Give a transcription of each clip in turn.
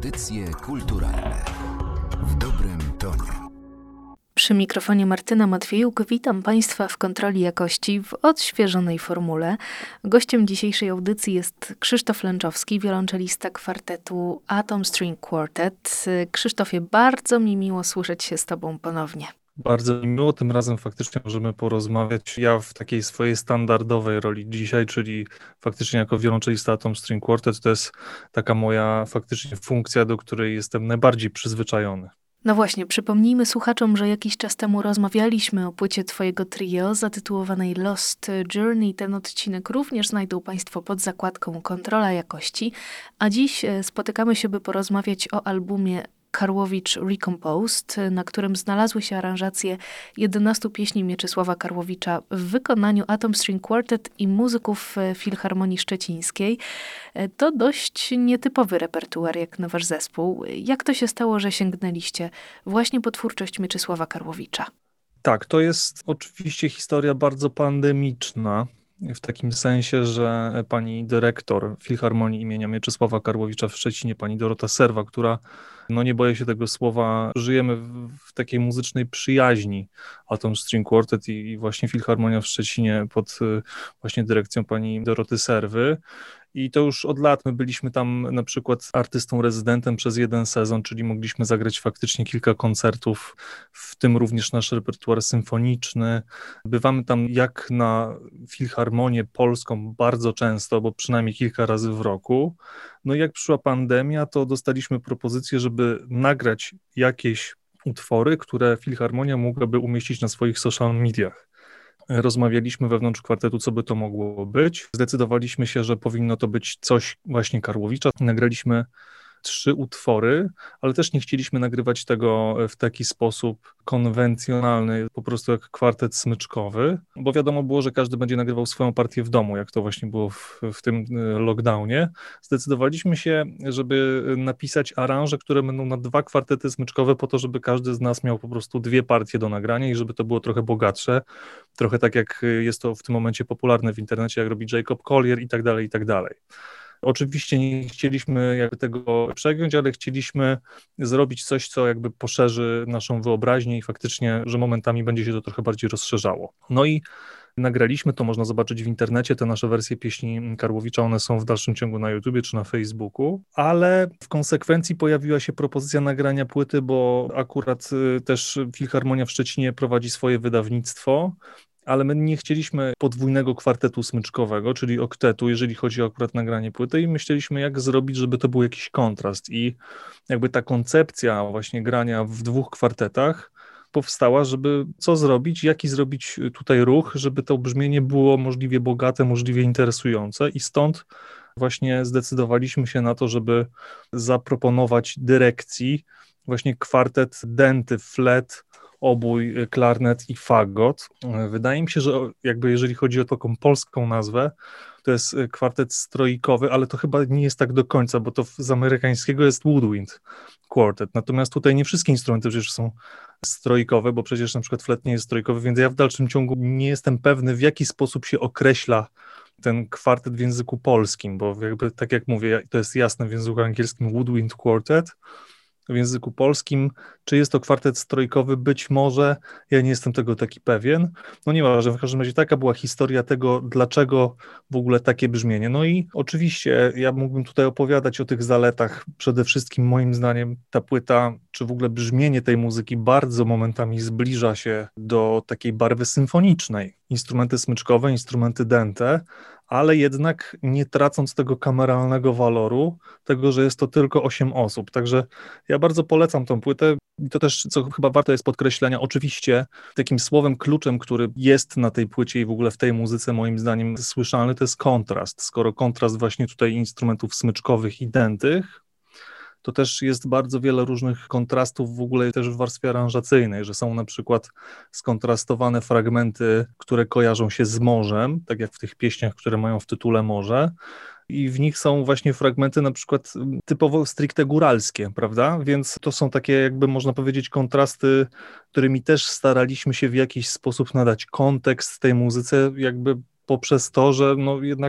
Audycje kulturalne w dobrym tonie. Przy mikrofonie Martyna Matwiejuk witam Państwa w kontroli jakości w odświeżonej formule. Gościem dzisiejszej audycji jest Krzysztof Lęczowski, wiolonczelista kwartetu Atom String Quartet. Krzysztofie, bardzo mi miło słyszeć się z Tobą ponownie. Bardzo mi miło, tym razem faktycznie możemy porozmawiać. Ja w takiej swojej standardowej roli dzisiaj, czyli faktycznie jako wiolonczelista Atom String Quartet, to jest taka moja faktycznie funkcja, do której jestem najbardziej przyzwyczajony. No właśnie, przypomnijmy słuchaczom, że jakiś czas temu rozmawialiśmy o płycie Twojego trio zatytułowanej Lost Journey. Ten odcinek również znajdą Państwo pod zakładką Kontrola Jakości, a dziś spotykamy się, by porozmawiać o albumie Karłowicz Recomposed, na którym znalazły się aranżacje 11 pieśni Mieczysława Karłowicza w wykonaniu Atom String Quartet i muzyków Filharmonii Szczecińskiej. To dość nietypowy repertuar jak na wasz zespół. Jak to się stało, że sięgnęliście właśnie po twórczość Mieczysława Karłowicza? Tak, to jest oczywiście historia bardzo pandemiczna, w takim sensie, że pani dyrektor Filharmonii imienia Mieczysława Karłowicza w Szczecinie, pani Dorota Serwa, która, no nie boję się tego słowa, żyjemy w takiej muzycznej przyjaźni, Atom String Quartet i właśnie Filharmonia w Szczecinie pod właśnie dyrekcją pani Doroty Serwy. I to już od lat my byliśmy tam na przykład artystą rezydentem przez jeden sezon, czyli mogliśmy zagrać faktycznie kilka koncertów, w tym również nasz repertuar symfoniczny. Bywamy tam jak na Filharmonię Polską bardzo często, bo przynajmniej kilka razy w roku. No i jak przyszła pandemia, to dostaliśmy propozycję, żeby nagrać jakieś utwory, które Filharmonia mogłaby umieścić na swoich social mediach. Rozmawialiśmy wewnątrz kwartetu, co by to mogło być. Zdecydowaliśmy się, że powinno to być coś właśnie Karłowicza. Nagraliśmy 3 utwory, ale też nie chcieliśmy nagrywać tego w taki sposób konwencjonalny, po prostu jak kwartet smyczkowy, bo wiadomo było, że każdy będzie nagrywał swoją partię w domu, jak to właśnie było w tym lockdownie. Zdecydowaliśmy się, żeby napisać aranże, które będą na 2 kwartety smyczkowe, po to, żeby każdy z nas miał po prostu 2 partie do nagrania i żeby to było trochę bogatsze, trochę tak jak jest to w tym momencie popularne w internecie, jak robi Jacob Collier i tak dalej, i tak dalej. Oczywiście nie chcieliśmy jakby tego przegiąć, ale chcieliśmy zrobić coś, co jakby poszerzy naszą wyobraźnię i faktycznie, że momentami będzie się to trochę bardziej rozszerzało. No i nagraliśmy, to można zobaczyć w internecie, te nasze wersje pieśni Karłowicza, one są w dalszym ciągu na YouTubie czy na Facebooku, ale w konsekwencji pojawiła się propozycja nagrania płyty, bo akurat też Filharmonia w Szczecinie prowadzi swoje wydawnictwo, ale my nie chcieliśmy podwójnego kwartetu smyczkowego, czyli oktetu, jeżeli chodzi o akurat nagranie płyty i myśleliśmy, jak zrobić, żeby to był jakiś kontrast i jakby ta koncepcja właśnie grania w 2 kwartetach powstała, żeby co zrobić, jaki zrobić tutaj ruch, żeby to brzmienie było możliwie bogate, możliwie interesujące i stąd właśnie zdecydowaliśmy się na to, żeby zaproponować dyrekcji właśnie kwartet denty, flet, obój, klarnet i fagot. Wydaje mi się, że jakby jeżeli chodzi o taką polską nazwę, to jest kwartet stroikowy, ale to chyba nie jest tak do końca, bo to z amerykańskiego jest woodwind quartet. Natomiast tutaj nie wszystkie instrumenty przecież są stroikowe, bo przecież na przykład flet nie jest stroikowy, więc ja w dalszym ciągu nie jestem pewny, w jaki sposób się określa ten kwartet w języku polskim, bo jakby tak jak mówię, to jest jasne w języku angielskim woodwind quartet, w języku polskim, czy jest to kwartet strojkowy? Być może, ja nie jestem tego taki pewien. No nieważne, w każdym razie taka była historia tego, dlaczego w ogóle takie brzmienie. No i oczywiście ja mógłbym tutaj opowiadać o tych zaletach. Przede wszystkim moim zdaniem ta płyta, czy w ogóle brzmienie tej muzyki bardzo momentami zbliża się do takiej barwy symfonicznej. Instrumenty smyczkowe, instrumenty dęte, ale jednak nie tracąc tego kameralnego waloru, tego, że jest to tylko 8 osób. Także ja bardzo polecam tą płytę i to też, co chyba warte jest podkreślenia, oczywiście takim słowem kluczem, który jest na tej płycie i w ogóle w tej muzyce moim zdaniem słyszalny, to jest kontrast. Skoro kontrast właśnie tutaj instrumentów smyczkowych i dętych, to też jest bardzo wiele różnych kontrastów w ogóle też w warstwie aranżacyjnej, że są na przykład skontrastowane fragmenty, które kojarzą się z morzem, tak jak w tych pieśniach, które mają w tytule morze, i w nich są właśnie fragmenty na przykład typowo stricte góralskie, prawda? Więc to są takie jakby można powiedzieć kontrasty, którymi też staraliśmy się w jakiś sposób nadać kontekst tej muzyce, jakby poprzez to, że no jednak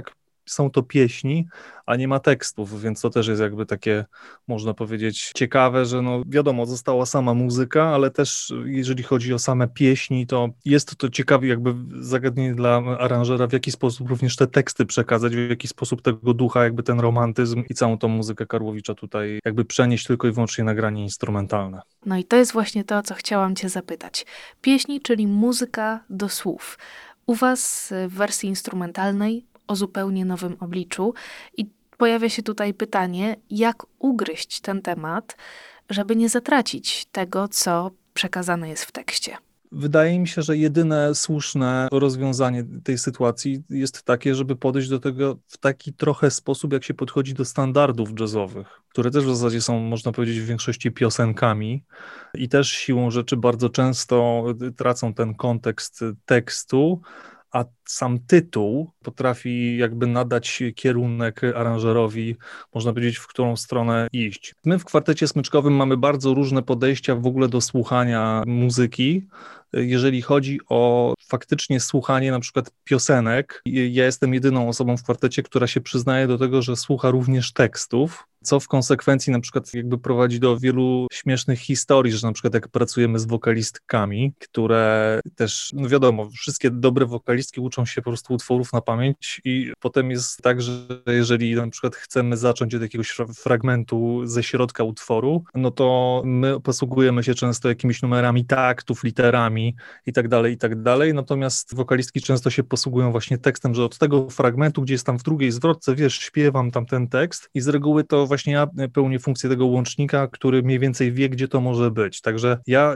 są to pieśni, a nie ma tekstów, więc to też jest jakby takie, można powiedzieć, ciekawe, że no wiadomo, została sama muzyka, ale też jeżeli chodzi o same pieśni, to jest to ciekawe jakby zagadnienie dla aranżera, w jaki sposób również te teksty przekazać, w jaki sposób tego ducha, jakby ten romantyzm i całą tą muzykę Karłowicza tutaj jakby przenieść tylko i wyłącznie na granie instrumentalne. No i to jest właśnie to, o co chciałam cię zapytać. Pieśni, czyli muzyka do słów. U was w wersji instrumentalnej o zupełnie nowym obliczu i pojawia się tutaj pytanie, jak ugryźć ten temat, żeby nie zatracić tego, co przekazane jest w tekście. Wydaje mi się, że jedyne słuszne rozwiązanie tej sytuacji jest takie, żeby podejść do tego w taki trochę sposób, jak się podchodzi do standardów jazzowych, które też w zasadzie są, można powiedzieć, w większości piosenkami i też siłą rzeczy bardzo często tracą ten kontekst tekstu, a sam tytuł potrafi jakby nadać kierunek aranżerowi, można powiedzieć, w którą stronę iść. My w kwartecie smyczkowym mamy bardzo różne podejścia w ogóle do słuchania muzyki. Jeżeli chodzi o faktycznie słuchanie na przykład piosenek, ja jestem jedyną osobą w kwartecie, która się przyznaje do tego, że słucha również tekstów, co w konsekwencji na przykład jakby prowadzi do wielu śmiesznych historii, że na przykład jak pracujemy z wokalistkami, które też, no wiadomo, wszystkie dobre wokalistki uczą się po prostu utworów na pamięć i potem jest tak, że jeżeli na przykład chcemy zacząć od jakiegoś fragmentu ze środka utworu, no to my posługujemy się często jakimiś numerami taktów, literami i tak dalej, natomiast wokalistki często się posługują właśnie tekstem, że od tego fragmentu, gdzie jest tam w drugiej zwrotce, wiesz, śpiewam tam ten tekst i z reguły to właśnie ja pełnię funkcję tego łącznika, który mniej więcej wie, gdzie to może być. Także ja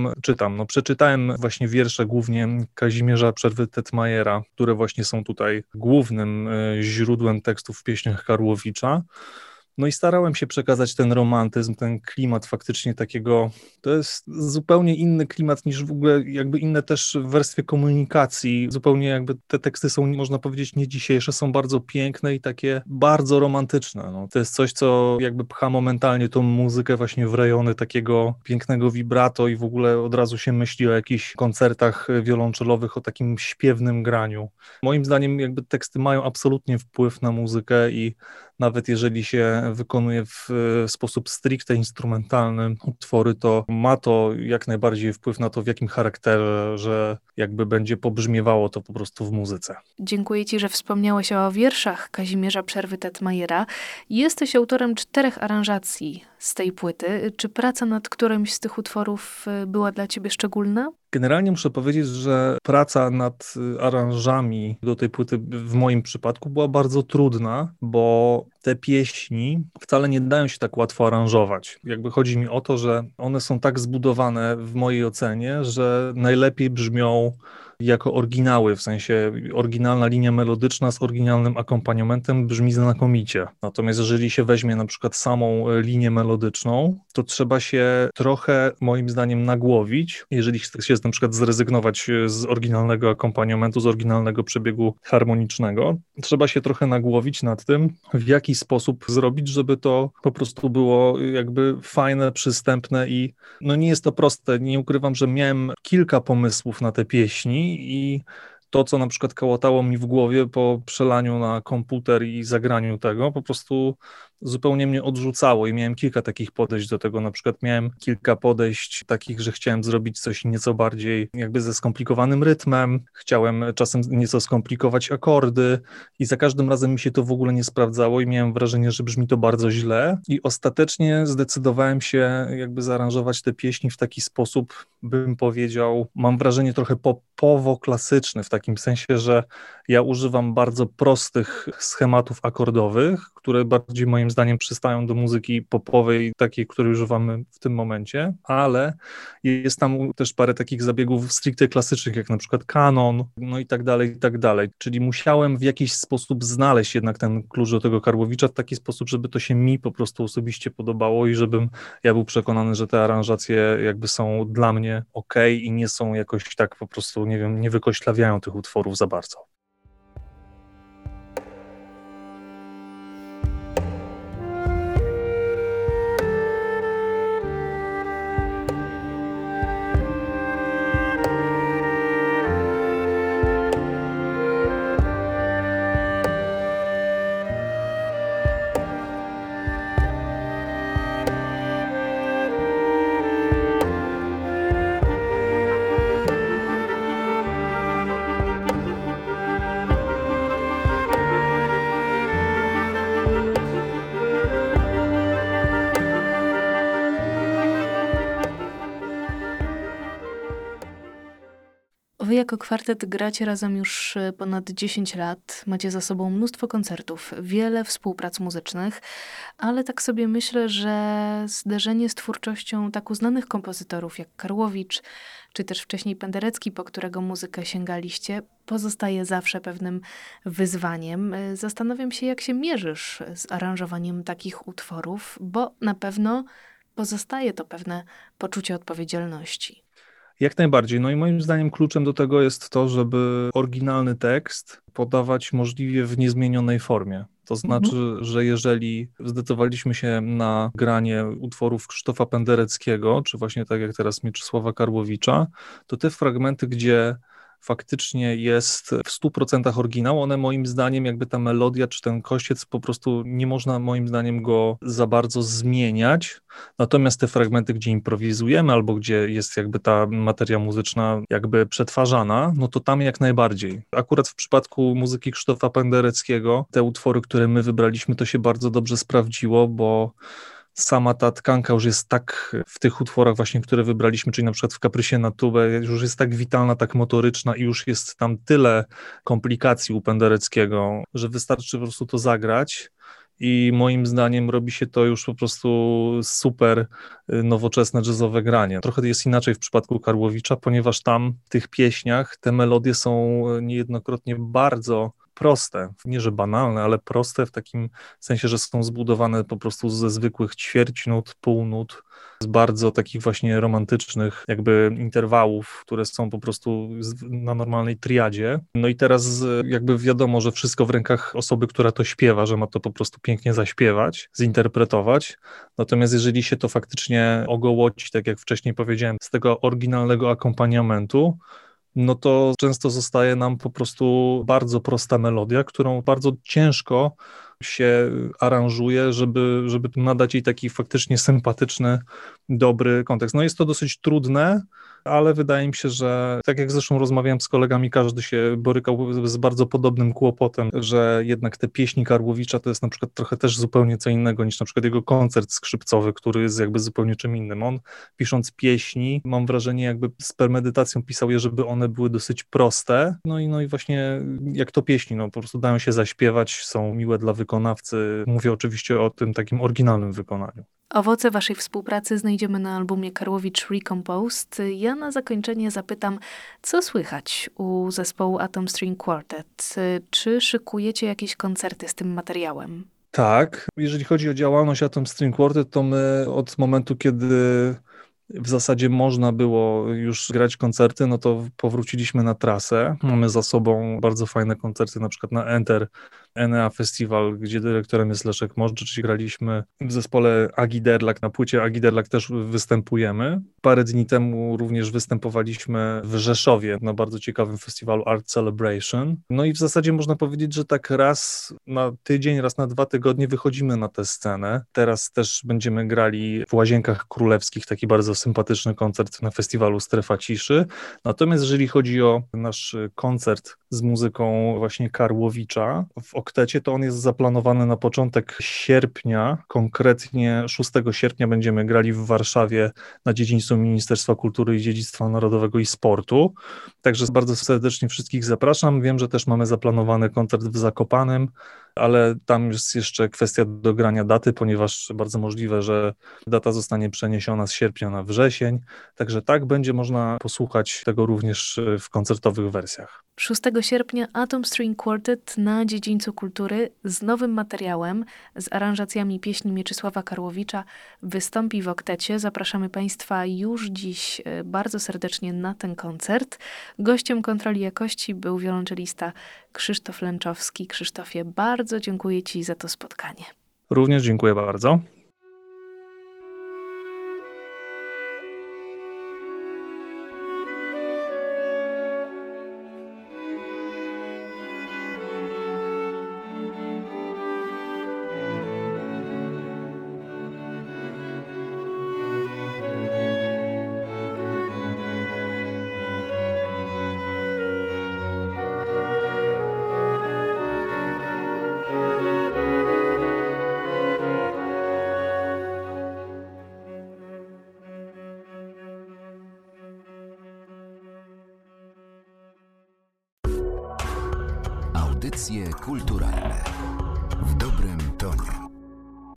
no przeczytałem właśnie wiersze głównie Kazimierza Przerwy-Tetmajera, które właśnie są tutaj głównym źródłem tekstów w pieśniach Karłowicza. No i starałem się przekazać ten romantyzm, ten klimat faktycznie takiego, to jest zupełnie inny klimat niż w ogóle jakby inne też w warstwie komunikacji, zupełnie jakby te teksty są, można powiedzieć, nie dzisiejsze, są bardzo piękne i takie bardzo romantyczne. No, to jest coś, co jakby pcha momentalnie tą muzykę właśnie w rejony takiego pięknego vibrato i w ogóle od razu się myśli o jakichś koncertach wiolonczelowych, o takim śpiewnym graniu. Moim zdaniem jakby teksty mają absolutnie wpływ na muzykę i nawet jeżeli się wykonuje w sposób stricte instrumentalny utwory, to ma to jak najbardziej wpływ na to, w jakim charakterze, że jakby będzie pobrzmiewało to po prostu w muzyce. Dziękuję ci, że wspomniałeś o wierszach Kazimierza Przerwy-Tetmajera. Jesteś autorem 4 aranżacji z tej płyty. Czy praca nad którymś z tych utworów była dla ciebie szczególna? Generalnie muszę powiedzieć, że praca nad aranżami do tej płyty w moim przypadku była bardzo trudna, bo te pieśni wcale nie dają się tak łatwo aranżować. Jakby chodzi mi o to, że one są tak zbudowane w mojej ocenie, że najlepiej brzmią jako oryginały, w sensie oryginalna linia melodyczna z oryginalnym akompaniamentem brzmi znakomicie. Natomiast jeżeli się weźmie na przykład samą linię melodyczną, to trzeba się trochę, moim zdaniem, nagłowić, jeżeli chce się na przykład zrezygnować z oryginalnego akompaniamentu, z oryginalnego przebiegu harmonicznego. Trzeba się trochę nagłowić nad tym, w jaki sposób zrobić, żeby to po prostu było jakby fajne, przystępne i no nie jest to proste. Nie ukrywam, że miałem kilka pomysłów na te pieśni i to, co na przykład kołotało mi w głowie po przelaniu na komputer i zagraniu tego, po prostu zupełnie mnie odrzucało i miałem kilka takich podejść do tego. Na przykład miałem kilka podejść takich, że chciałem zrobić coś nieco bardziej jakby ze skomplikowanym rytmem, chciałem czasem nieco skomplikować akordy i za każdym razem mi się to w ogóle nie sprawdzało i miałem wrażenie, że brzmi to bardzo źle i ostatecznie zdecydowałem się jakby zaaranżować te pieśni w taki sposób, bym powiedział, mam wrażenie trochę popowo-klasyczny, w takim sensie, że ja używam bardzo prostych schematów akordowych, które bardziej moim zdaniem przystają do muzyki popowej, takiej, której używamy w tym momencie, ale jest tam też parę takich zabiegów stricte klasycznych, jak na przykład kanon, no i tak dalej, i tak dalej. Czyli musiałem w jakiś sposób znaleźć jednak ten klucz do tego Karłowicza w taki sposób, żeby to się mi po prostu osobiście podobało i żebym ja był przekonany, że te aranżacje jakby są dla mnie okej i nie są jakoś tak po prostu, nie wiem, nie wykoślawiają tych utworów za bardzo. jako kwartet gracie razem już ponad 10 lat, macie za sobą mnóstwo koncertów, wiele współprac muzycznych, ale tak sobie myślę, że zderzenie z twórczością tak uznanych kompozytorów jak Karłowicz, czy też wcześniej Penderecki, po którego muzykę sięgaliście, pozostaje zawsze pewnym wyzwaniem. Zastanawiam się, jak się mierzysz z aranżowaniem takich utworów, bo na pewno pozostaje to pewne poczucie odpowiedzialności. Jak najbardziej. No i moim zdaniem kluczem do tego jest to, żeby oryginalny tekst podawać możliwie w niezmienionej formie. To znaczy, że jeżeli zdecydowaliśmy się na granie utworów Krzysztofa Pendereckiego, czy właśnie tak jak teraz Mieczysława Karłowicza, to te fragmenty, gdzie faktycznie jest w 100% oryginał, one moim zdaniem jakby ta melodia czy ten kościec po prostu nie można moim zdaniem go za bardzo zmieniać, natomiast te fragmenty, gdzie improwizujemy albo gdzie jest jakby ta materia muzyczna jakby przetwarzana, no to tam jak najbardziej. Akurat w przypadku muzyki Krzysztofa Pendereckiego te utwory, które my wybraliśmy, to się bardzo dobrze sprawdziło, bo sama ta tkanka już jest tak w tych utworach właśnie, które wybraliśmy, czyli na przykład w Kaprysie na tubę, już jest tak witalna, tak motoryczna i już jest tam tyle komplikacji u Pendereckiego, że wystarczy po prostu to zagrać i moim zdaniem robi się to już po prostu super nowoczesne jazzowe granie. Trochę jest inaczej w przypadku Karłowicza, ponieważ tam w tych pieśniach te melodie są niejednokrotnie bardzo proste, nie że banalne, ale proste w takim sensie, że są zbudowane po prostu ze zwykłych ćwierćnót, półnót, z bardzo takich właśnie romantycznych jakby interwałów, które są po prostu na normalnej triadzie. No i teraz jakby wiadomo, że wszystko w rękach osoby, która to śpiewa, że ma to po prostu pięknie zaśpiewać, zinterpretować. Natomiast jeżeli się to faktycznie ogołoci, tak jak wcześniej powiedziałem, z tego oryginalnego akompaniamentu, no to często zostaje nam po prostu bardzo prosta melodia, którą bardzo ciężko się aranżuje, żeby nadać jej taki faktycznie sympatyczny, dobry kontekst. No jest to dosyć trudne, ale wydaje mi się, że tak jak zresztą rozmawiałem z kolegami, każdy się borykał z bardzo podobnym kłopotem, że jednak te pieśni Karłowicza to jest na przykład trochę też zupełnie co innego niż na przykład jego koncert skrzypcowy, który jest jakby zupełnie czym innym. On pisząc pieśni, mam wrażenie jakby z premedytacją pisał je, żeby one były dosyć proste, no i właśnie jak to pieśni, no po prostu dają się zaśpiewać, są miłe dla wykonawcy. Mówię oczywiście o tym takim oryginalnym wykonaniu. Owoce waszej współpracy znajdziemy na albumie Karłowicz Recomposed. Ja na zakończenie zapytam, co słychać u zespołu Atom String Quartet? Czy szykujecie jakieś koncerty z tym materiałem? Tak, jeżeli chodzi o działalność Atom String Quartet, to my od momentu, kiedy w zasadzie można było już grać koncerty, no to powróciliśmy na trasę. Mamy za sobą bardzo fajne koncerty, na przykład na Enter Enea Festival, gdzie dyrektorem jest Leszek Możdżycz. Graliśmy w zespole Agi Derlak, na płycie Agi Derlak też występujemy. Parę dni temu również występowaliśmy w Rzeszowie na bardzo ciekawym festiwalu Art Celebration. No i w zasadzie można powiedzieć, że tak raz na tydzień, raz na 2 tygodnie wychodzimy na tę scenę. Teraz też będziemy grali w Łazienkach Królewskich, taki bardzo sympatyczny koncert na festiwalu Strefa Ciszy. Natomiast jeżeli chodzi o nasz koncert z muzyką właśnie Karłowicza w Oktecie, to on jest zaplanowany na początek sierpnia, konkretnie 6 sierpnia będziemy grali w Warszawie na dziedzińcu Ministerstwa Kultury i Dziedzictwa Narodowego i Sportu. Także bardzo serdecznie wszystkich zapraszam. Wiem, że też mamy zaplanowany koncert w Zakopanem, ale tam jest jeszcze kwestia dogrania daty, ponieważ bardzo możliwe, że data zostanie przeniesiona z sierpnia na wrzesień. Także tak, będzie można posłuchać tego również w koncertowych wersjach. 6 sierpnia Atom String Quartet na Dziedzińcu Kultury z nowym materiałem, z aranżacjami pieśni Mieczysława Karłowicza wystąpi w Oktecie. Zapraszamy Państwa już dziś bardzo serdecznie na ten koncert. Gościem kontroli jakości był wiolonczelista Krzysztof Lęczowski. Krzysztofie, bardzo dziękuję Ci za to spotkanie. Również dziękuję bardzo. Audycje kulturalne w dobrym